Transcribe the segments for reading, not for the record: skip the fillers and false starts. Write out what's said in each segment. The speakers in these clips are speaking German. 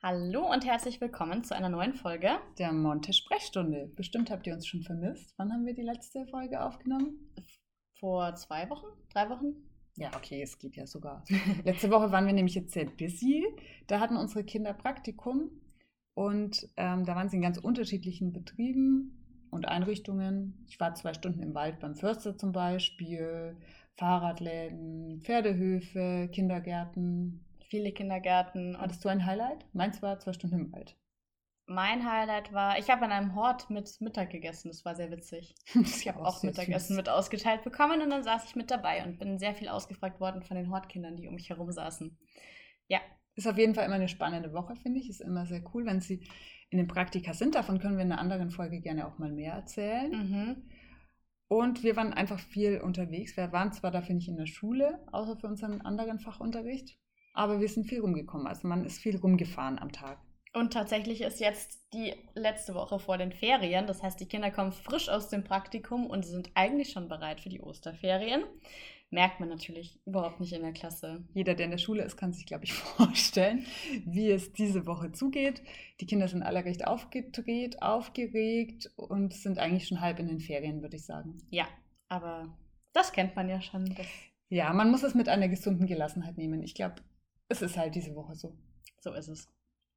Hallo und herzlich willkommen zu einer neuen Folge der Monte-Sprechstunde. Bestimmt habt ihr uns schon vermisst. Wann haben wir die letzte Folge aufgenommen? Vor 2 Wochen, 3 Wochen. Ja, okay, es geht ja sogar. Letzte Woche waren wir nämlich jetzt sehr busy. Da hatten unsere Kinder Praktikum und da waren sie in ganz unterschiedlichen Betrieben und Einrichtungen. Ich war 2 Stunden im Wald beim Förster zum Beispiel, Fahrradläden, Pferdehöfe, Kindergärten. Viele Kindergärten. Hattest du ein Highlight? Meins war 2 Stunden im Wald. Mein Highlight war, ich habe an einem Hort mit Mittag gegessen. Das war sehr witzig. Ich habe auch Mittagessen mit ausgeteilt bekommen und dann saß ich mit dabei und bin sehr viel ausgefragt worden von den Hortkindern, die um mich herum saßen. Ja. Ist auf jeden Fall immer eine spannende Woche, finde ich. Ist immer sehr cool, wenn sie in den Praktika sind. Davon können wir in einer anderen Folge gerne auch mal mehr erzählen. Mhm. Und wir waren einfach viel unterwegs. Wir waren zwar dafür nicht in der Schule, außer für unseren anderen Fachunterricht, aber wir sind viel rumgekommen. Also man ist viel rumgefahren am Tag. Und tatsächlich ist jetzt die letzte Woche vor den Ferien. Das heißt, die Kinder kommen frisch aus dem Praktikum und sind eigentlich schon bereit für die Osterferien. Merkt man natürlich überhaupt nicht in der Klasse. Jeder, der in der Schule ist, kann sich, glaube ich, vorstellen, wie es diese Woche zugeht. Die Kinder sind alle recht aufgedreht, aufgeregt und sind eigentlich schon halb in den Ferien, würde ich sagen. Ja, aber das kennt man ja schon. Ja, man muss es mit einer gesunden Gelassenheit nehmen. Ich glaube, es ist halt diese Woche so. So ist es.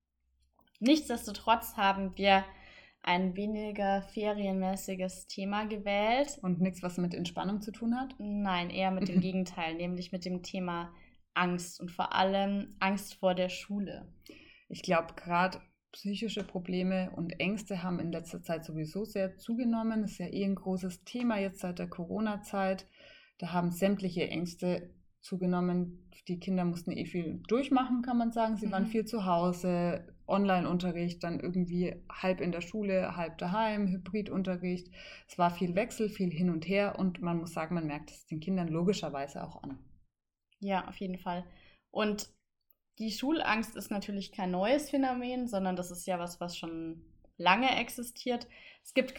Nichtsdestotrotz haben wir ein weniger ferienmäßiges Thema gewählt. Und nichts, was mit Entspannung zu tun hat? Nein, eher mit dem Gegenteil, nämlich mit dem Thema Angst und vor allem Angst vor der Schule. Ich glaube, gerade psychische Probleme und Ängste haben in letzter Zeit sowieso sehr zugenommen. Das ist ja ein großes Thema jetzt seit der Corona-Zeit. Da haben sämtliche Ängste zugenommen. Die Kinder mussten viel durchmachen, kann man sagen. Sie waren viel zu Hause, Online-Unterricht, dann irgendwie halb in der Schule, halb daheim, Hybridunterricht. Es war viel Wechsel, viel hin und her und man muss sagen, man merkt es den Kindern logischerweise auch an. Ja, auf jeden Fall. Und die Schulangst ist natürlich kein neues Phänomen, sondern das ist ja was schon lange existiert. Es gibt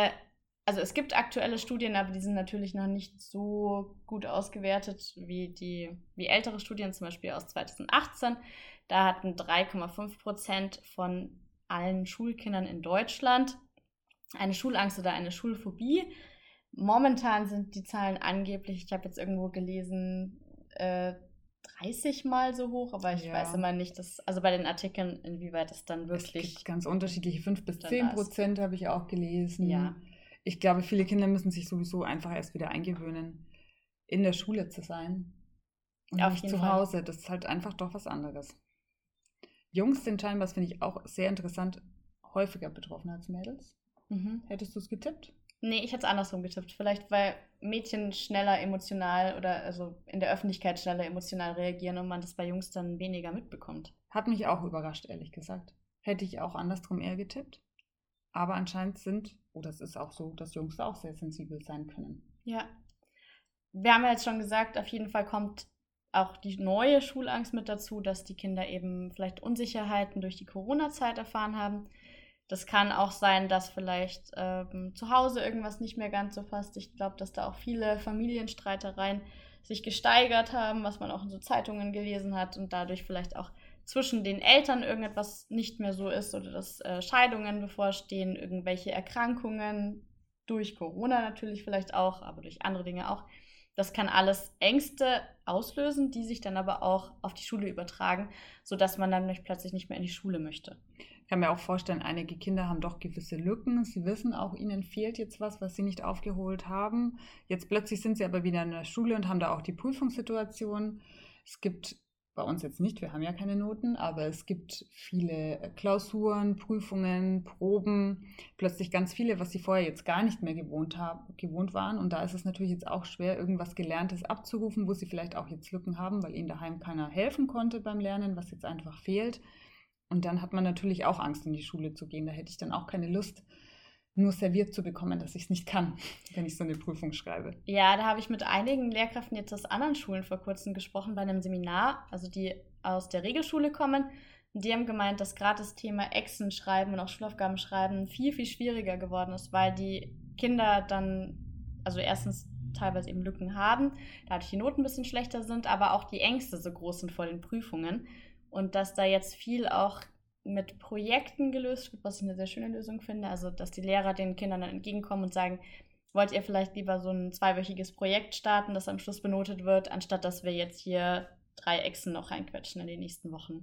aktuelle Studien, aber die sind natürlich noch nicht so gut ausgewertet wie ältere Studien, zum Beispiel aus 2018. Da hatten 3,5% von allen Schulkindern in Deutschland eine Schulangst oder eine Schulphobie. Momentan sind die Zahlen angeblich, ich habe jetzt irgendwo gelesen, 30 Mal so hoch, aber ich weiß immer nicht, also bei den Artikeln, inwieweit es dann wirklich... Es gibt ganz unterschiedliche, 5-10% habe ich auch gelesen. Ja. Ich glaube, viele Kinder müssen sich sowieso einfach erst wieder eingewöhnen, in der Schule zu sein. Und auf nicht jeden zu Fall. Hause. Das ist halt einfach doch was anderes. Jungs sind scheinbar, das finde ich auch sehr interessant, häufiger betroffen als Mädels. Hättest du es getippt? Nee, ich hätte es andersrum getippt. Vielleicht, weil Mädchen schneller emotional oder also in der Öffentlichkeit schneller emotional reagieren und man das bei Jungs dann weniger mitbekommt. Hat mich auch überrascht, ehrlich gesagt. Hätte ich auch andersrum eher getippt. Aber anscheinend es ist auch so, dass Jungs auch sehr sensibel sein können. Ja. Wir haben ja jetzt schon gesagt, auf jeden Fall kommt auch die neue Schulangst mit dazu, dass die Kinder eben vielleicht Unsicherheiten durch die Corona-Zeit erfahren haben. Das kann auch sein, dass vielleicht zu Hause irgendwas nicht mehr ganz so passt. Ich glaube, dass da auch viele Familienstreitereien sich gesteigert haben, was man auch in so Zeitungen gelesen hat und dadurch vielleicht auch zwischen den Eltern irgendetwas nicht mehr so ist oder dass Scheidungen bevorstehen, irgendwelche Erkrankungen durch Corona natürlich vielleicht auch, aber durch andere Dinge auch. Das kann alles Ängste auslösen, die sich dann aber auch auf die Schule übertragen, sodass man dann plötzlich nicht mehr in die Schule möchte. Ich kann mir auch vorstellen, einige Kinder haben doch gewisse Lücken. Sie wissen auch, ihnen fehlt jetzt was sie nicht aufgeholt haben. Jetzt plötzlich sind sie aber wieder in der Schule und haben da auch die Prüfungssituation. Es gibt bei uns jetzt nicht, wir haben ja keine Noten, aber es gibt viele Klausuren, Prüfungen, Proben, plötzlich ganz viele, was sie vorher jetzt gar nicht mehr gewohnt waren. Und da ist es natürlich jetzt auch schwer, irgendwas Gelerntes abzurufen, wo sie vielleicht auch jetzt Lücken haben, weil ihnen daheim keiner helfen konnte beim Lernen, was jetzt einfach fehlt. Und dann hat man natürlich auch Angst, in die Schule zu gehen. Da hätte ich dann auch keine Lust, nur serviert zu bekommen, dass ich es nicht kann, wenn ich so eine Prüfung schreibe. Ja, da habe ich mit einigen Lehrkräften jetzt aus anderen Schulen vor kurzem gesprochen bei einem Seminar, also die aus der Regelschule kommen. Und die haben gemeint, dass gerade das Thema Exen schreiben und auch Schulaufgaben schreiben viel, viel schwieriger geworden ist, weil die Kinder dann, also erstens teilweise eben Lücken haben, dadurch die Noten ein bisschen schlechter sind, aber auch die Ängste so groß sind vor den Prüfungen. Und dass da jetzt viel auch mit Projekten gelöst wird, was ich eine sehr schöne Lösung finde. Also, dass die Lehrer den Kindern dann entgegenkommen und sagen, wollt ihr vielleicht lieber so ein 2-wöchiges Projekt starten, das am Schluss benotet wird, anstatt dass wir jetzt hier 3 Echsen noch reinquetschen in den nächsten Wochen.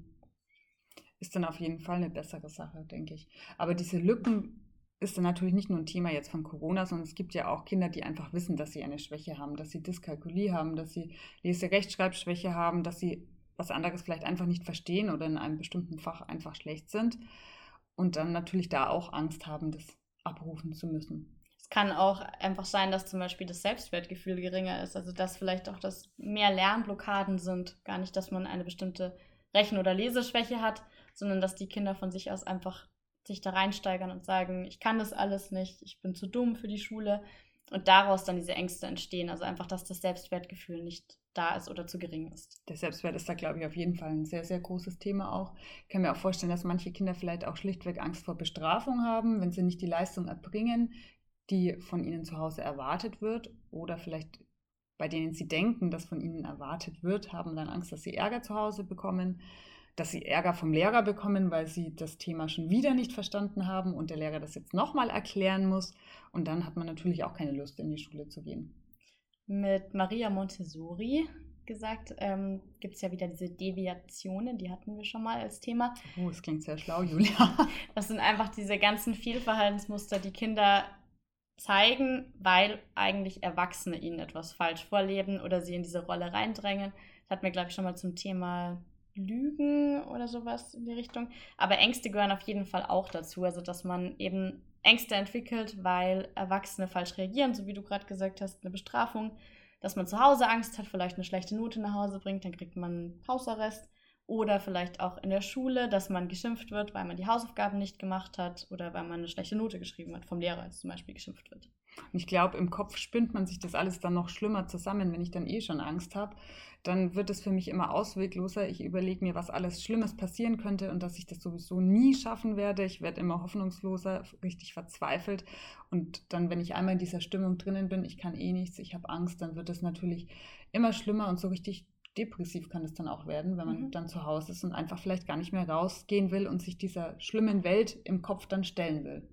Ist dann auf jeden Fall eine bessere Sache, denke ich. Aber diese Lücken ist dann natürlich nicht nur ein Thema jetzt von Corona, sondern es gibt ja auch Kinder, die einfach wissen, dass sie eine Schwäche haben, dass sie Dyskalkulie haben, dass sie Lese-Rechtschreibschwäche haben, dass sie was anderes vielleicht einfach nicht verstehen oder in einem bestimmten Fach einfach schlecht sind und dann natürlich da auch Angst haben, das abrufen zu müssen. Es kann auch einfach sein, dass zum Beispiel das Selbstwertgefühl geringer ist, also dass vielleicht auch das mehr Lernblockaden sind. Gar nicht, dass man eine bestimmte Rechen- oder Leseschwäche hat, sondern dass die Kinder von sich aus einfach sich da reinsteigern und sagen, ich kann das alles nicht, ich bin zu dumm für die Schule und daraus dann diese Ängste entstehen. Also einfach, dass das Selbstwertgefühl nicht da ist oder zu gering ist. Der Selbstwert ist da, glaube ich, auf jeden Fall ein sehr, sehr großes Thema auch. Ich kann mir auch vorstellen, dass manche Kinder vielleicht auch schlichtweg Angst vor Bestrafung haben, wenn sie nicht die Leistung erbringen, die von ihnen zu Hause erwartet wird oder vielleicht bei denen sie denken, dass von ihnen erwartet wird, haben dann Angst, dass sie Ärger zu Hause bekommen, dass sie Ärger vom Lehrer bekommen, weil sie das Thema schon wieder nicht verstanden haben und der Lehrer das jetzt nochmal erklären muss. Und dann hat man natürlich auch keine Lust, in die Schule zu gehen. Mit Maria Montessori gesagt, gibt es ja wieder diese Deviationen, die hatten wir schon mal als Thema. Oh, das klingt sehr schlau, Julia. Das sind einfach diese ganzen Fehlverhaltensmuster, die Kinder zeigen, weil eigentlich Erwachsene ihnen etwas falsch vorleben oder sie in diese Rolle reindrängen. Das hatten wir, glaube ich, schon mal zum Thema Lügen oder sowas in die Richtung. Aber Ängste gehören auf jeden Fall auch dazu. Also, dass man eben Ängste entwickelt, weil Erwachsene falsch reagieren, so wie du gerade gesagt hast, eine Bestrafung. Dass man zu Hause Angst hat, vielleicht eine schlechte Note nach Hause bringt, dann kriegt man Hausarrest. Oder vielleicht auch in der Schule, dass man geschimpft wird, weil man die Hausaufgaben nicht gemacht hat oder weil man eine schlechte Note geschrieben hat, vom Lehrer als zum Beispiel geschimpft wird. Und ich glaube, im Kopf spinnt man sich das alles dann noch schlimmer zusammen. Wenn ich dann schon Angst habe, dann wird es für mich immer auswegloser. Ich überlege mir, was alles Schlimmes passieren könnte und dass ich das sowieso nie schaffen werde. Ich werde immer hoffnungsloser, richtig verzweifelt. Und dann, wenn ich einmal in dieser Stimmung drinnen bin, ich kann nichts, ich habe Angst, dann wird es natürlich immer schlimmer und so richtig depressiv kann es dann auch werden, wenn man dann zu Hause ist und einfach vielleicht gar nicht mehr rausgehen will und sich dieser schlimmen Welt im Kopf dann stellen will.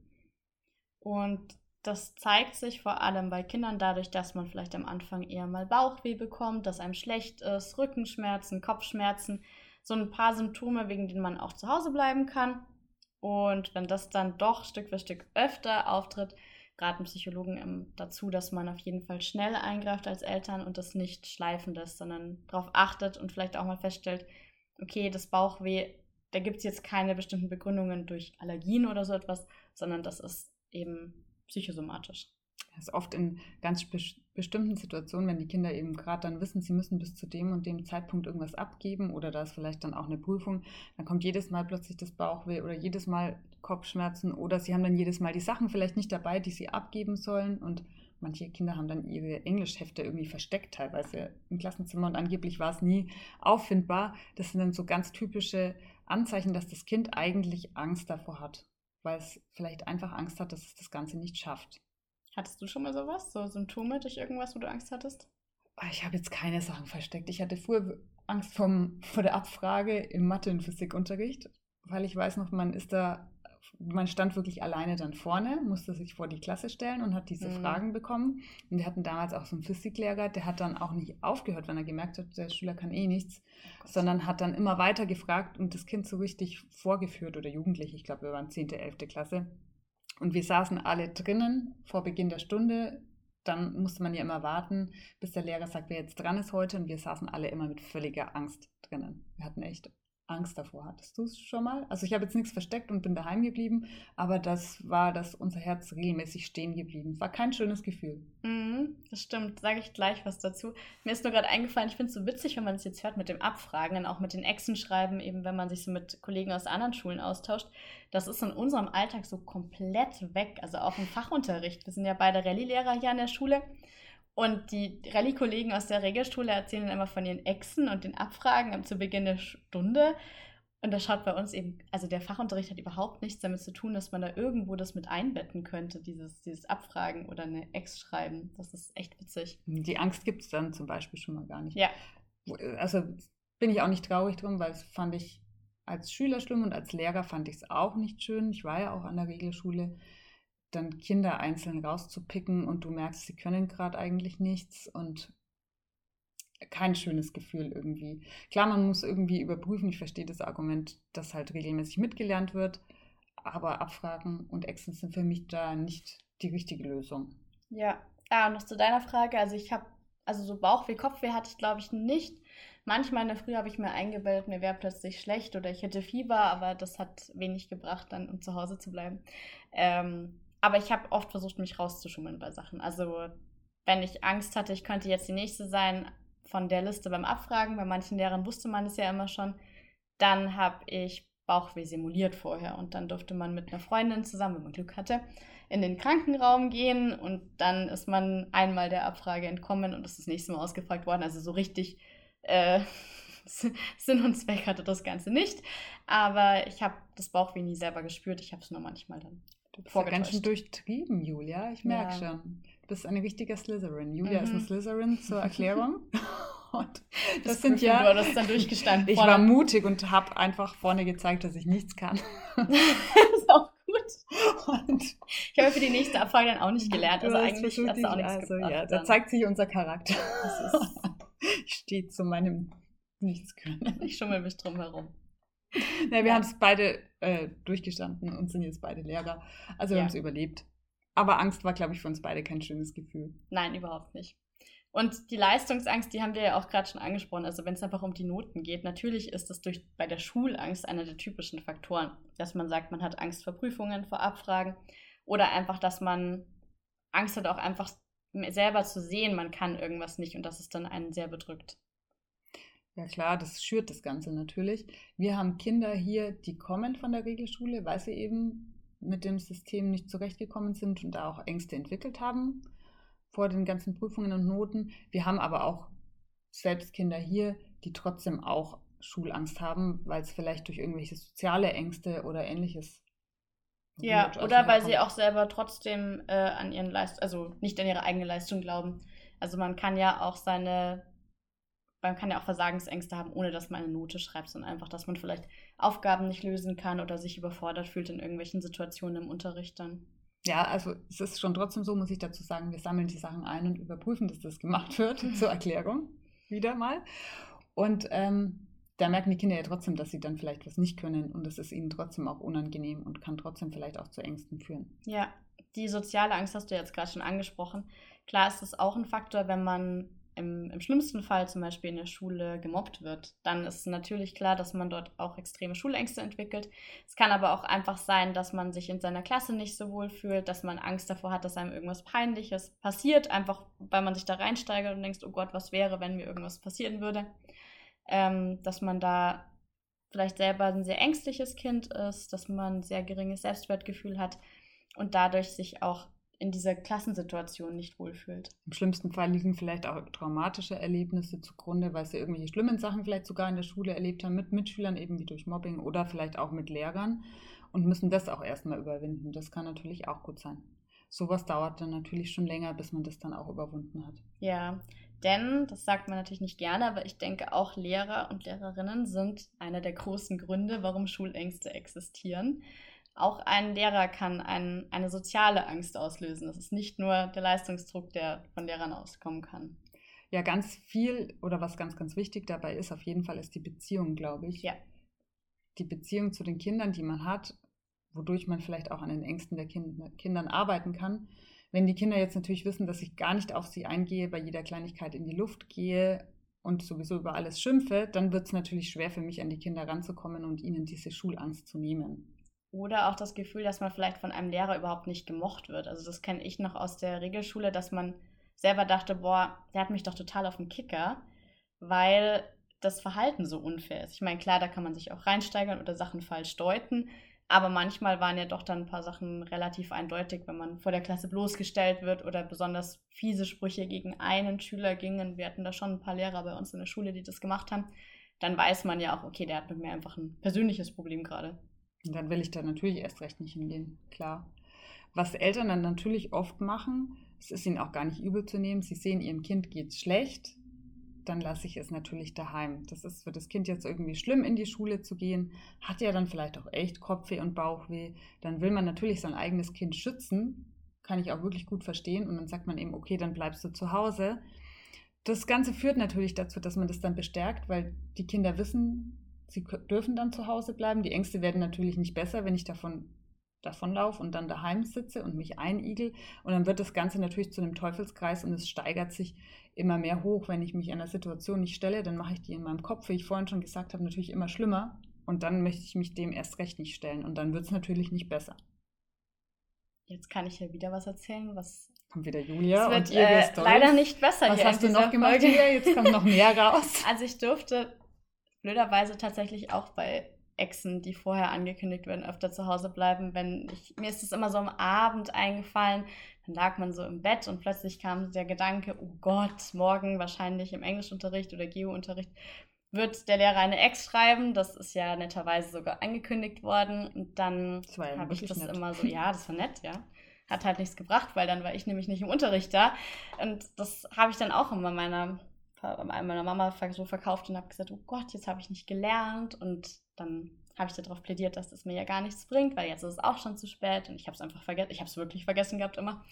Und das zeigt sich vor allem bei Kindern dadurch, dass man vielleicht am Anfang eher mal Bauchweh bekommt, dass einem schlecht ist, Rückenschmerzen, Kopfschmerzen, so ein paar Symptome, wegen denen man auch zu Hause bleiben kann. Und wenn das dann doch Stück für Stück öfter auftritt, raten Psychologen dazu, dass man auf jeden Fall schnell eingreift als Eltern und das nicht schleifen lässt, sondern darauf achtet und vielleicht auch mal feststellt, okay, das Bauchweh, da gibt es jetzt keine bestimmten Begründungen durch Allergien oder so etwas, sondern das ist eben psychosomatisch. Das ist oft in ganz bestimmten Situationen, wenn die Kinder eben gerade dann wissen, sie müssen bis zu dem und dem Zeitpunkt irgendwas abgeben oder da ist vielleicht dann auch eine Prüfung, dann kommt jedes Mal plötzlich das Bauchweh oder jedes Mal Kopfschmerzen oder sie haben dann jedes Mal die Sachen vielleicht nicht dabei, die sie abgeben sollen und manche Kinder haben dann ihre Englischhefte irgendwie versteckt, teilweise im Klassenzimmer und angeblich war es nie auffindbar. Das sind dann so ganz typische Anzeichen, dass das Kind eigentlich Angst davor hat, weil es vielleicht einfach Angst hat, dass es das Ganze nicht schafft. Hattest du schon mal sowas? So Symptome durch irgendwas, wo du Angst hattest? Ich habe jetzt keine Sachen versteckt. Ich hatte früher Angst vor der Abfrage im Mathe- und Physikunterricht, weil ich weiß noch, man stand wirklich alleine dann vorne, musste sich vor die Klasse stellen und hat diese Fragen bekommen. Und wir hatten damals auch so einen Physiklehrer, der hat dann auch nicht aufgehört, wenn er gemerkt hat, der Schüler kann nichts, sondern hat dann immer weiter gefragt und das Kind so richtig vorgeführt oder Jugendliche, ich glaube, wir waren 10., 11. Klasse. Und wir saßen alle drinnen vor Beginn der Stunde. Dann musste man ja immer warten, bis der Lehrer sagt, wer jetzt dran ist heute. Und wir saßen alle immer mit völliger Angst drinnen. Wir hatten echt Angst davor. Hattest du es schon mal? Also ich habe jetzt nichts versteckt und bin daheim geblieben, aber das war, dass unser Herz regelmäßig stehen geblieben. War kein schönes Gefühl. Das stimmt, sage ich gleich was dazu. Mir ist nur gerade eingefallen, ich finde es so witzig, wenn man es jetzt hört mit dem Abfragen und auch mit den Exenschreiben, eben wenn man sich so mit Kollegen aus anderen Schulen austauscht. Das ist in unserem Alltag so komplett weg, also auch im Fachunterricht. Wir sind ja beide Rallye-Lehrer hier an der Schule. Und die Rallye-Kollegen aus der Regelschule erzählen immer von ihren Exen und den Abfragen zu Beginn der Stunde. Und das schaut bei uns eben, also der Fachunterricht hat überhaupt nichts damit zu tun, dass man da irgendwo das mit einbetten könnte, dieses Abfragen oder eine Ex schreiben. Das ist echt witzig. Die Angst gibt es dann zum Beispiel schon mal gar nicht. Ja. Also bin ich auch nicht traurig drum, weil es fand ich als Schüler schlimm und als Lehrer fand ich es auch nicht schön. Ich war ja auch an der Regelschule, dann Kinder einzeln rauszupicken und du merkst, sie können gerade eigentlich nichts und kein schönes Gefühl irgendwie. Klar, man muss irgendwie überprüfen, ich verstehe das Argument, dass halt regelmäßig mitgelernt wird, aber Abfragen und Exen sind für mich da nicht die richtige Lösung. Ja, und noch zu deiner Frage. Also so Bauchweh, Kopfweh hatte ich, glaube ich, nicht. Manchmal in der Früh habe ich mir eingebildet, mir wäre plötzlich schlecht oder ich hätte Fieber, aber das hat wenig gebracht, dann um zu Hause zu bleiben. Aber ich habe oft versucht, mich rauszuschummeln bei Sachen. Also wenn ich Angst hatte, ich könnte jetzt die Nächste sein von der Liste beim Abfragen, bei manchen Lehrern wusste man es ja immer schon, dann habe ich Bauchweh simuliert vorher und dann durfte man mit einer Freundin zusammen, wenn man Glück hatte, in den Krankenraum gehen und dann ist man einmal der Abfrage entkommen und ist das nächste Mal ausgefragt worden. Also so richtig Sinn und Zweck hatte das Ganze nicht, aber ich habe das Bauchweh nie selber gespürt, ich habe es nur manchmal dann Du bist ja ganz schön vorgetäuscht. durchtrieben, Julia. Ich merke Ja. schon. Du bist eine richtige Slytherin. Julia ist ein Mhm. Slytherin zur Erklärung. Und Das das sind Gryffindor, ja. das ist dann durchgestanden. Ich war mutig und habe einfach vorne gezeigt, dass ich nichts kann. Das ist auch gut. Und Ich habe für die nächste Abfrage dann auch nicht gelernt. Also du hast eigentlich versucht, hat es auch nichts also gebracht. ja, da Dann. zeigt sich unser Charakter. Das ist, Ich stehe zu meinem Nichtskönnen. ich schummel mich drum herum. Ja, wir Ja. haben es beide durchgestanden und sind jetzt beide Lehrer. Also wir Ja. haben es überlebt. Aber Angst war, glaube ich, für uns beide kein schönes Gefühl. Nein, überhaupt nicht. Und die Leistungsangst, die haben wir ja auch gerade schon angesprochen. Also wenn es einfach um die Noten geht, natürlich ist das bei der Schulangst einer der typischen Faktoren, dass man sagt, man hat Angst vor Prüfungen, vor Abfragen oder einfach, dass man Angst hat, auch einfach selber zu sehen, man kann irgendwas nicht und dass es dann einen sehr bedrückt. Ja klar, das schürt das Ganze natürlich. Wir haben Kinder hier, die kommen von der Regelschule, weil sie eben mit dem System nicht zurechtgekommen sind und da auch Ängste entwickelt haben vor den ganzen Prüfungen und Noten. Wir haben aber auch selbst Kinder hier, die trotzdem auch Schulangst haben, weil es vielleicht durch irgendwelche soziale Ängste oder ähnliches Ja, rührt. Also oder weil sie herkommt. auch selber trotzdem an ihren also nicht an ihre eigene Leistung glauben. Also man kann ja auch Versagensängste haben, ohne dass man eine Note schreibt, sondern einfach, dass man vielleicht Aufgaben nicht lösen kann oder sich überfordert fühlt in irgendwelchen Situationen im Unterricht dann. Ja, also es ist schon trotzdem so, muss ich dazu sagen, wir sammeln die Sachen ein und überprüfen, dass das gemacht wird, zur Erklärung wieder mal. Und da merken die Kinder ja trotzdem, dass sie dann vielleicht was nicht können und das ist ihnen trotzdem auch unangenehm und kann trotzdem vielleicht auch zu Ängsten führen. Ja, die soziale Angst hast du jetzt gerade schon angesprochen. Klar ist das auch ein Faktor, wenn man im schlimmsten Fall zum Beispiel in der Schule gemobbt wird, dann ist natürlich klar, dass man dort auch extreme Schulängste entwickelt. Es kann aber auch einfach sein, dass man sich in seiner Klasse nicht so wohl fühlt, dass man Angst davor hat, dass einem irgendwas Peinliches passiert, einfach weil man sich da reinsteigert und denkt, oh Gott, was wäre, wenn mir irgendwas passieren würde. Dass man da vielleicht selber ein sehr ängstliches Kind ist, dass man ein sehr geringes Selbstwertgefühl hat und dadurch sich auch in dieser Klassensituation nicht wohlfühlt. Im schlimmsten Fall liegen vielleicht auch traumatische Erlebnisse zugrunde, weil sie irgendwelche schlimmen Sachen vielleicht sogar in der Schule erlebt haben, mit Mitschülern eben wie durch Mobbing oder vielleicht auch mit Lehrern und müssen das auch erstmal überwinden. Das kann natürlich auch gut sein. Sowas dauert dann natürlich schon länger, bis man das dann auch überwunden hat. Ja, denn, das sagt man natürlich nicht gerne, aber ich denke auch Lehrer und Lehrerinnen sind einer der großen Gründe, warum Schulängste existieren. Auch ein Lehrer kann eine soziale Angst auslösen. Das ist nicht nur der Leistungsdruck, der von Lehrern auskommen kann. Ja, ganz viel oder was ganz, ganz wichtig dabei ist, auf jeden Fall ist die Beziehung, glaube ich. Ja. Die Beziehung zu den Kindern, die man hat, wodurch man vielleicht auch an den Ängsten der Kindern arbeiten kann. Wenn die Kinder jetzt natürlich wissen, dass ich gar nicht auf sie eingehe, bei jeder Kleinigkeit in die Luft gehe und sowieso über alles schimpfe, dann wird es natürlich schwer für mich, an die Kinder ranzukommen und ihnen diese Schulangst zu nehmen. Oder auch das Gefühl, dass man vielleicht von einem Lehrer überhaupt nicht gemocht wird. Also das kenne ich noch aus der Regelschule, dass man selber dachte, boah, der hat mich doch total auf den Kicker, weil das Verhalten so unfair ist. Ich meine, klar, da kann man sich auch reinsteigern oder Sachen falsch deuten, aber manchmal waren ja doch dann ein paar Sachen relativ eindeutig, wenn man vor der Klasse bloßgestellt wird oder besonders fiese Sprüche gegen einen Schüler gingen. Wir hatten da schon ein paar Lehrer bei uns in der Schule, die das gemacht haben. Dann weiß man ja auch, okay, der hat mit mir einfach ein persönliches Problem gerade. Und dann will ich da natürlich erst recht nicht hingehen, klar. Was Eltern dann natürlich oft machen, es ist ihnen auch gar nicht übel zu nehmen, sie sehen, ihrem Kind geht's schlecht dann lasse ich es natürlich daheim. Das ist für das Kind jetzt irgendwie schlimm, in die Schule zu gehen, hat ja dann vielleicht auch echt Kopfweh und Bauchweh. Dann will man natürlich sein eigenes Kind schützen, kann ich auch wirklich gut verstehen. Und dann sagt man eben, okay, dann bleibst du zu Hause. Das Ganze führt natürlich dazu, dass man das dann bestärkt, weil die Kinder wissen, sie dürfen dann zu Hause bleiben. Die Ängste werden natürlich nicht besser, wenn ich davonlaufe und dann daheim sitze und mich einigel. Und dann wird das Ganze natürlich zu einem Teufelskreis und es steigert sich immer mehr hoch. Wenn ich mich einer Situation nicht stelle, dann mache ich die in meinem Kopf, wie ich vorhin schon gesagt habe, natürlich immer schlimmer. Und dann möchte ich mich dem erst recht nicht stellen. Und dann wird es natürlich nicht besser. Jetzt kann ich ja wieder was erzählen, was... Kommt wieder Julia wird, und ihre Storys. Leider nicht besser was hier. Was hast du noch gemacht, Julia? Jetzt kommt noch mehr raus. Also ich durfte blöderweise tatsächlich auch bei Exen, die vorher angekündigt werden, öfter zu Hause bleiben. Mir ist es immer so am Abend eingefallen, dann lag man so im Bett und plötzlich kam der Gedanke, oh Gott, morgen wahrscheinlich im Englischunterricht oder Geo-Unterricht wird der Lehrer eine Ex schreiben. Das ist ja netterweise sogar angekündigt worden. Und dann habe ich das nett. Immer so, ja, das war nett, ja. Hat halt nichts gebracht, weil dann war ich nämlich nicht im Unterricht da. Und das habe ich dann auch immer meiner Mama so verkauft und habe gesagt, oh Gott, jetzt habe ich nicht gelernt. Und dann habe ich darauf plädiert, dass das mir ja gar nichts bringt, weil jetzt ist es auch schon zu spät. Und ich habe es einfach vergessen. Ich habe es wirklich vergessen gehabt immer.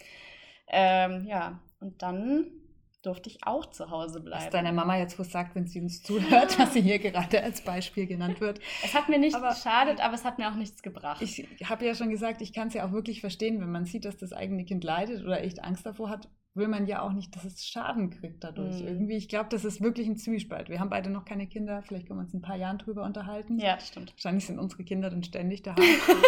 Ja, und dann durfte ich auch zu Hause bleiben. Was deine Mama jetzt wohl sagt, wenn sie uns zuhört, was sie hier gerade als Beispiel genannt wird. Es hat mir nicht geschadet, aber es hat mir auch nichts gebracht. Ich habe ja schon gesagt, ich kann es ja auch wirklich verstehen, wenn man sieht, dass das eigene Kind leidet oder echt Angst davor hat, will man ja auch nicht, dass es Schaden kriegt dadurch. Irgendwie, ich glaube, das ist wirklich ein Zwiespalt. Wir haben beide noch keine Kinder, vielleicht können wir uns in ein paar Jahren drüber unterhalten. Ja, das stimmt. Wahrscheinlich sind unsere Kinder dann ständig daheim.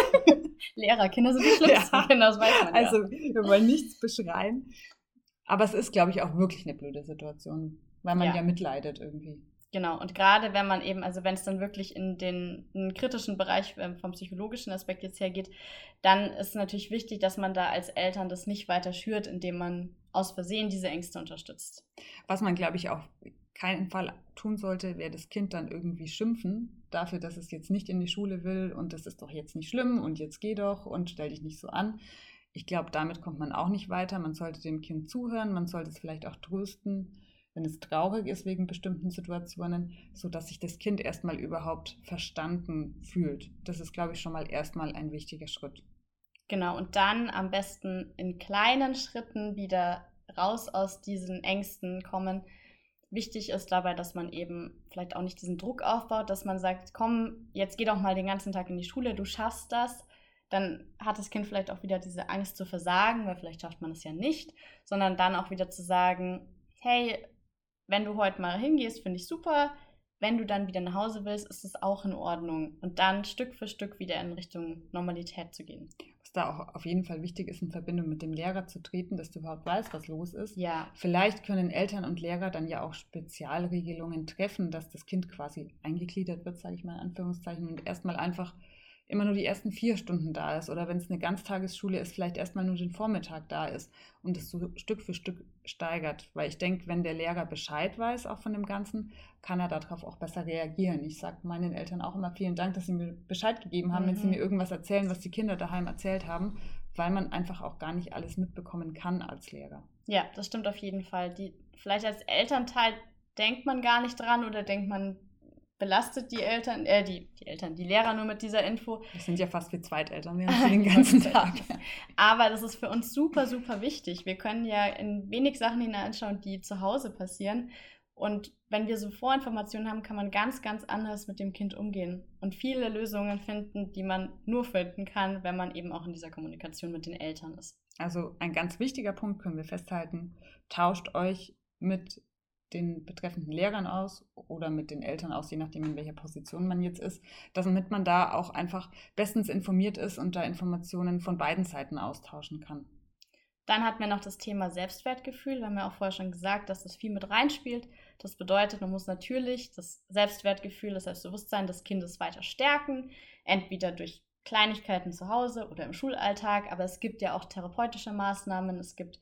Kinder sind die schlimmsten Kinder, das weiß man ja. Also, wir wollen nichts beschreien. Aber es ist, glaube ich, auch wirklich eine blöde Situation, weil man ja mitleidet irgendwie. Genau, und gerade wenn man eben, also wenn es dann wirklich in den kritischen Bereich vom psychologischen Aspekt jetzt hergeht, dann ist natürlich wichtig, dass man da als Eltern das nicht weiter schürt, indem man aus Versehen diese Ängste unterstützt. Was man, glaube ich, auf keinen Fall tun sollte, wäre das Kind dann irgendwie schimpfen dafür, dass es jetzt nicht in die Schule will und das ist doch jetzt nicht schlimm und jetzt geh doch und stell dich nicht so an. Ich glaube, damit kommt man auch nicht weiter. Man sollte dem Kind zuhören, man sollte es vielleicht auch trösten, wenn es traurig ist wegen bestimmten Situationen, sodass sich das Kind erstmal überhaupt verstanden fühlt. Das ist, glaube ich, schon mal erstmal ein wichtiger Schritt. Genau, und dann am besten in kleinen Schritten wieder raus aus diesen Ängsten kommen. Wichtig ist dabei, dass man eben vielleicht auch nicht diesen Druck aufbaut, dass man sagt, komm, jetzt geh doch mal den ganzen Tag in die Schule, du schaffst das. Dann hat das Kind vielleicht auch wieder diese Angst zu versagen, weil vielleicht schafft man es ja nicht, sondern dann auch wieder zu sagen, hey, wenn du heute mal hingehst, finde ich super. Wenn du dann wieder nach Hause willst, ist es auch in Ordnung. Und dann Stück für Stück wieder in Richtung Normalität zu gehen. Was da auch auf jeden Fall wichtig ist, in Verbindung mit dem Lehrer zu treten, dass du überhaupt weißt, was los ist. Ja. Vielleicht können Eltern und Lehrer dann ja auch Spezialregelungen treffen, dass das Kind quasi eingegliedert wird, sage ich mal in Anführungszeichen, und erstmal einfach immer nur die ersten 4 Stunden da ist oder wenn es eine Ganztagesschule ist, vielleicht erstmal nur den Vormittag da ist und es so Stück für Stück steigert. Weil ich denke, wenn der Lehrer Bescheid weiß, auch von dem Ganzen, kann er darauf auch besser reagieren. Ich sage meinen Eltern auch immer vielen Dank, dass sie mir Bescheid gegeben haben, wenn sie mir irgendwas erzählen, was die Kinder daheim erzählt haben, weil man einfach auch gar nicht alles mitbekommen kann als Lehrer. Ja, das stimmt auf jeden Fall. Vielleicht als Elternteil denkt man gar nicht dran oder denkt man, belastet die Eltern, die Lehrer nur mit dieser Info. Das sind ja fast wie Zweiteltern, wir haben den ganzen Tag. Aber das ist für uns super, super wichtig. Wir können ja in wenig Sachen hineinschauen, die zu Hause passieren. Und wenn wir so Vorinformationen haben, kann man ganz, ganz anders mit dem Kind umgehen und viele Lösungen finden, die man nur finden kann, wenn man eben auch in dieser Kommunikation mit den Eltern ist. Also ein ganz wichtiger Punkt können wir festhalten, tauscht euch mit den betreffenden Lehrern aus oder mit den Eltern aus, je nachdem, in welcher Position man jetzt ist, damit man da auch einfach bestens informiert ist und da Informationen von beiden Seiten austauschen kann. Dann hatten wir noch das Thema Selbstwertgefühl. Wir haben ja auch vorher schon gesagt, dass das viel mit reinspielt. Das bedeutet, man muss natürlich das Selbstwertgefühl, das Selbstbewusstsein des Kindes weiter stärken, entweder durch Kleinigkeiten zu Hause oder im Schulalltag, aber es gibt ja auch therapeutische Maßnahmen, es gibt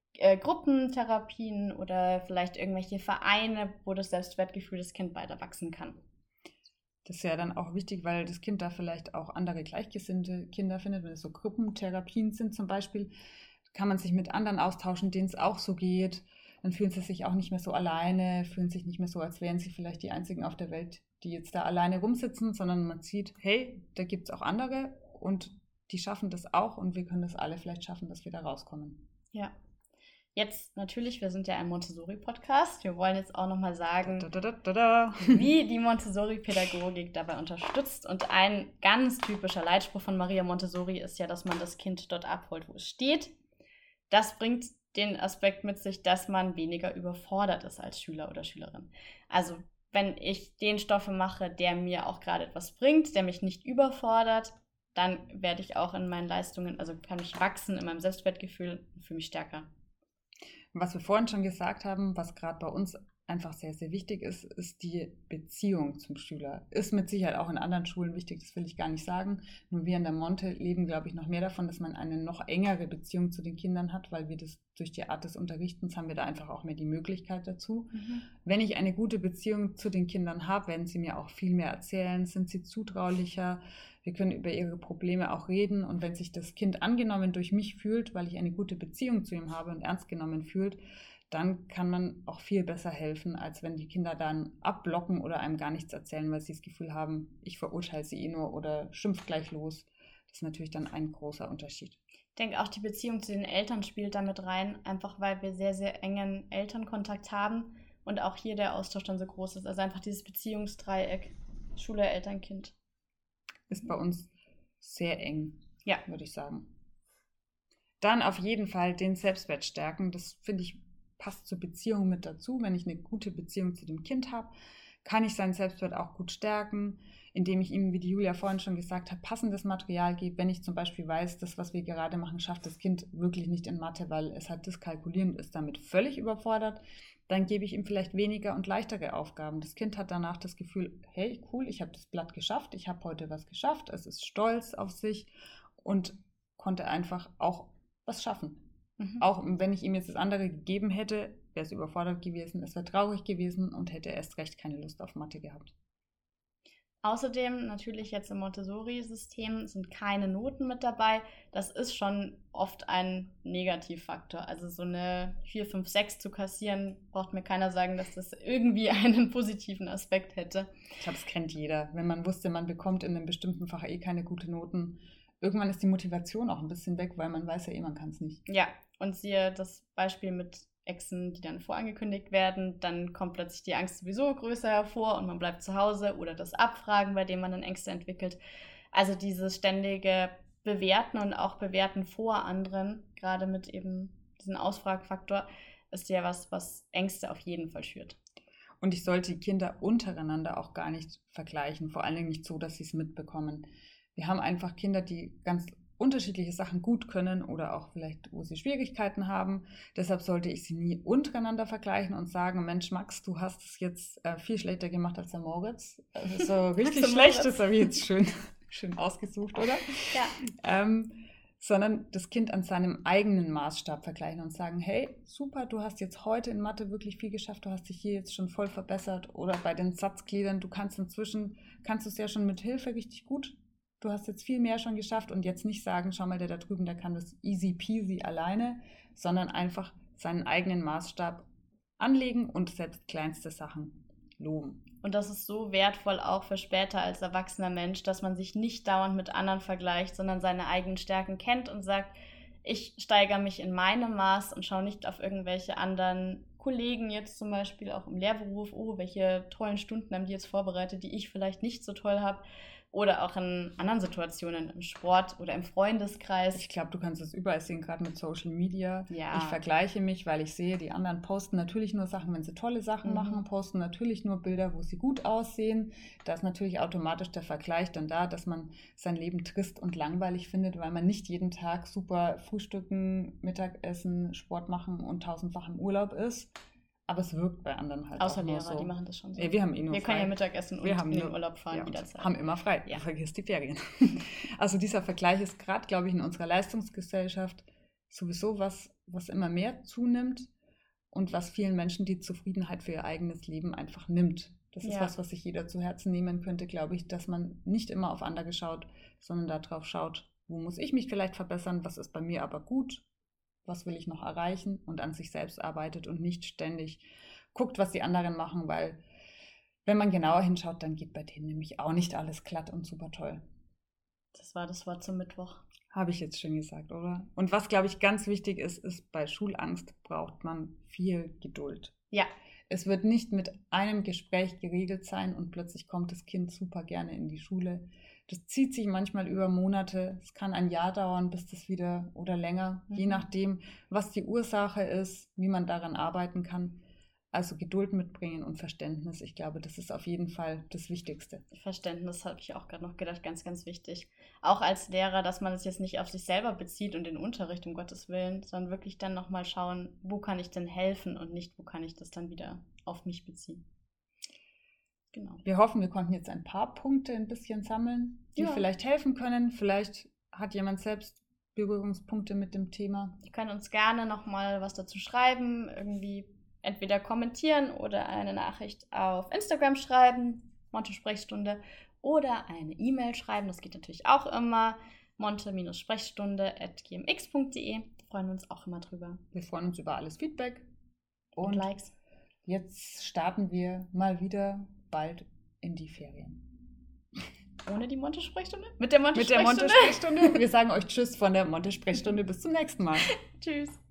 Gruppentherapien oder vielleicht irgendwelche Vereine, wo das Selbstwertgefühl des Kindes weiter wachsen kann. Das ist ja dann auch wichtig, weil das Kind da vielleicht auch andere gleichgesinnte Kinder findet. Wenn es so Gruppentherapien sind zum Beispiel, kann man sich mit anderen austauschen, denen es auch so geht. dann fühlen sie sich auch nicht mehr so alleine, fühlen sich nicht mehr so, als wären sie vielleicht die Einzigen auf der Welt, die jetzt da alleine rumsitzen, sondern man sieht, hey, da gibt es auch andere und die schaffen das auch und wir können das alle vielleicht schaffen, dass wir da rauskommen. Ja. Jetzt natürlich, wir sind ja ein Montessori-Podcast. Wir wollen jetzt auch nochmal sagen, wie die Montessori-Pädagogik dabei unterstützt. Und ein ganz typischer Leitspruch von Maria Montessori ist ja, dass man das Kind dort abholt, wo es steht. Das bringt den Aspekt mit sich, dass man weniger überfordert ist als Schüler oder Schülerin. Also wenn ich den Stoff mache, der mir auch gerade etwas bringt, der mich nicht überfordert, dann werde ich auch in meinen Leistungen, also kann ich wachsen in meinem Selbstwertgefühl und fühle mich stärker. Was wir vorhin schon gesagt haben, was gerade bei uns einfach sehr, sehr wichtig ist, ist die Beziehung zum Schüler. Ist mit Sicherheit auch in anderen Schulen wichtig, das will ich gar nicht sagen. Nur wir in der Monte leben, glaube ich, noch mehr davon, dass man eine noch engere Beziehung zu den Kindern hat, weil wir das durch die Art des Unterrichtens haben wir da einfach auch mehr die Möglichkeit dazu. Wenn ich eine gute Beziehung zu den Kindern habe, werden sie mir auch viel mehr erzählen, sind sie zutraulicher, wir können über ihre Probleme auch reden und wenn sich das Kind angenommen durch mich fühlt, weil ich eine gute Beziehung zu ihm habe und ernst genommen fühlt, dann kann man auch viel besser helfen, als wenn die Kinder dann abblocken oder einem gar nichts erzählen, weil sie das Gefühl haben, ich verurteile sie eh nur oder schimpft gleich los. Das ist natürlich dann ein großer Unterschied. Ich denke, auch die Beziehung zu den Eltern spielt damit rein, einfach weil wir sehr, sehr engen Elternkontakt haben und auch hier der Austausch dann so groß ist. Also einfach dieses Beziehungsdreieck Schule, Eltern, Kind. Ist bei uns sehr eng, ja, würde ich sagen. Dann auf jeden Fall den Selbstwert stärken. Das finde ich passt zur Beziehung mit dazu. Wenn ich eine gute Beziehung zu dem Kind habe, kann ich seinen Selbstwert auch gut stärken, indem ich ihm, wie die Julia vorhin schon gesagt hat, passendes Material gebe. Wenn ich zum Beispiel weiß, das, was wir gerade machen, schafft das Kind wirklich nicht in Mathe, weil es halt dyskalkulieren und ist damit völlig überfordert, dann gebe ich ihm vielleicht weniger und leichtere Aufgaben. Das Kind hat danach das Gefühl, hey, cool, ich habe das Blatt geschafft, ich habe heute was geschafft, es ist stolz auf sich und konnte einfach auch was schaffen. Auch wenn ich ihm jetzt das andere gegeben hätte, wäre es überfordert gewesen, es wäre traurig gewesen und hätte erst recht keine Lust auf Mathe gehabt. Außerdem natürlich jetzt im Montessori-System sind keine Noten mit dabei. Das ist schon oft ein Negativfaktor. Also so eine 4, 5, 6 zu kassieren, braucht mir keiner sagen, dass das irgendwie einen positiven Aspekt hätte. Ich glaube, das kennt jeder. Wenn man wusste, man bekommt in einem bestimmten Fach eh keine guten Noten, irgendwann ist die Motivation auch ein bisschen weg, weil man weiß ja eh, man kann es nicht. Ja, und siehe das Beispiel mit Exen, die dann vorangekündigt werden, dann kommt plötzlich die Angst sowieso größer hervor und man bleibt zu Hause oder das Abfragen, bei dem man dann Ängste entwickelt. Also dieses ständige Bewerten und auch Bewerten vor anderen, gerade mit eben diesem Ausfragefaktor, ist ja was Ängste auf jeden Fall schürt. Und ich sollte die Kinder untereinander auch gar nicht vergleichen, vor allen Dingen nicht so, dass sie es mitbekommen. Wir haben einfach Kinder, die ganz unterschiedliche Sachen gut können oder auch vielleicht, wo sie Schwierigkeiten haben. Deshalb sollte ich sie nie untereinander vergleichen und sagen, Mensch, Max, du hast es jetzt viel schlechter gemacht als der Moritz. Also so richtig schlecht, das habe ich jetzt schön ausgesucht, oder? Ja. Sondern das Kind an seinem eigenen Maßstab vergleichen und sagen, hey, super, du hast jetzt heute in Mathe wirklich viel geschafft, du hast dich hier jetzt schon voll verbessert oder bei den Satzgliedern, kannst du es ja schon mit Hilfe richtig gut. Du hast jetzt viel mehr schon geschafft und jetzt nicht sagen, schau mal, der da drüben, der kann das easy peasy alleine, sondern einfach seinen eigenen Maßstab anlegen und selbst kleinste Sachen loben. Und das ist so wertvoll auch für später als erwachsener Mensch, dass man sich nicht dauernd mit anderen vergleicht, sondern seine eigenen Stärken kennt und sagt, ich steigere mich in meinem Maß und schaue nicht auf irgendwelche anderen Kollegen jetzt zum Beispiel auch im Lehrberuf, oh, welche tollen Stunden haben die jetzt vorbereitet, die ich vielleicht nicht so toll habe. Oder auch in anderen Situationen, im Sport oder im Freundeskreis. Ich glaube, du kannst es überall sehen, gerade mit Social Media. Ja. Ich vergleiche mich, weil ich sehe, die anderen posten natürlich nur Sachen, wenn sie tolle Sachen machen, posten natürlich nur Bilder, wo sie gut aussehen. Da ist natürlich automatisch der Vergleich dann da, dass man sein Leben trist und langweilig findet, weil man nicht jeden Tag super frühstücken, Mittagessen, Sport machen und tausendfach im Urlaub ist. Aber es wirkt bei anderen halt außer auch nur Lehrer, so. Die machen das schon so. Ja, wir haben eh nur wir frei. Können ja Mittagessen und in den Urlaub fahren jederzeit. Haben immer frei. Ja. Du vergisst die Ferien. Also dieser Vergleich ist gerade, glaube ich, in unserer Leistungsgesellschaft sowieso was immer mehr zunimmt und was vielen Menschen die Zufriedenheit für ihr eigenes Leben einfach nimmt. Das ist was sich jeder zu Herzen nehmen könnte, glaube ich, dass man nicht immer auf andere schaut, sondern darauf schaut, wo muss ich mich vielleicht verbessern, was ist bei mir aber gut, was will ich noch erreichen und an sich selbst arbeitet und nicht ständig guckt, was die anderen machen, weil wenn man genauer hinschaut, dann geht bei denen nämlich auch nicht alles glatt und super toll. Das war das Wort zum Mittwoch. Habe ich jetzt schon gesagt, oder? Und was, glaube ich, ganz wichtig ist, bei Schulangst braucht man viel Geduld. Ja. Es wird nicht mit einem Gespräch geregelt sein und plötzlich kommt das Kind super gerne in die Schule. Das zieht sich manchmal über Monate. Es kann ein Jahr dauern, bis das wieder oder länger, je nachdem, was die Ursache ist, wie man daran arbeiten kann. Also Geduld mitbringen und Verständnis. Ich glaube, das ist auf jeden Fall das Wichtigste. Verständnis habe ich auch gerade noch gedacht, ganz, ganz wichtig. Auch als Lehrer, dass man es jetzt nicht auf sich selber bezieht und den Unterricht, um Gottes Willen, sondern wirklich dann nochmal schauen, wo kann ich denn helfen und nicht, wo kann ich das dann wieder auf mich beziehen. Genau. Wir hoffen, wir konnten jetzt ein paar Punkte ein bisschen sammeln, die vielleicht helfen können. Vielleicht hat jemand selbst Berührungspunkte mit dem Thema. Ihr könnt uns gerne nochmal was dazu schreiben, irgendwie entweder kommentieren oder eine Nachricht auf Instagram schreiben, Monte-Sprechstunde, oder eine E-Mail schreiben, das geht natürlich auch immer, monte-sprechstunde@gmx.de. Freuen wir uns auch immer drüber. Wir freuen uns über alles Feedback und Likes. Jetzt starten wir mal wieder bald in die Ferien. Ohne die Monte-Sprechstunde? Mit der Monte-Sprechstunde? Mit der Monte-Sprechstunde. Wir sagen euch Tschüss von der Monte-Sprechstunde. Bis zum nächsten Mal. Tschüss.